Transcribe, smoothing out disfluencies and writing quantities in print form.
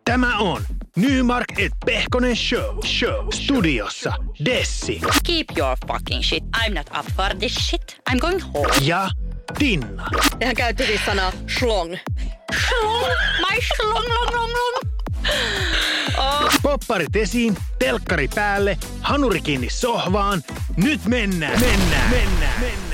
Tämä on Nymark et Pehkonen Show. Studiossa Dessi. Keep your fucking shit. I'm not up for this shit. I'm going home. Ja Tinna. Tehän käytti siis sanaa schlong. Schlong. My schlong, long. Oh. Popparit esiin, telkkari päälle, hanuri kiinni sohvaan. Nyt mennään.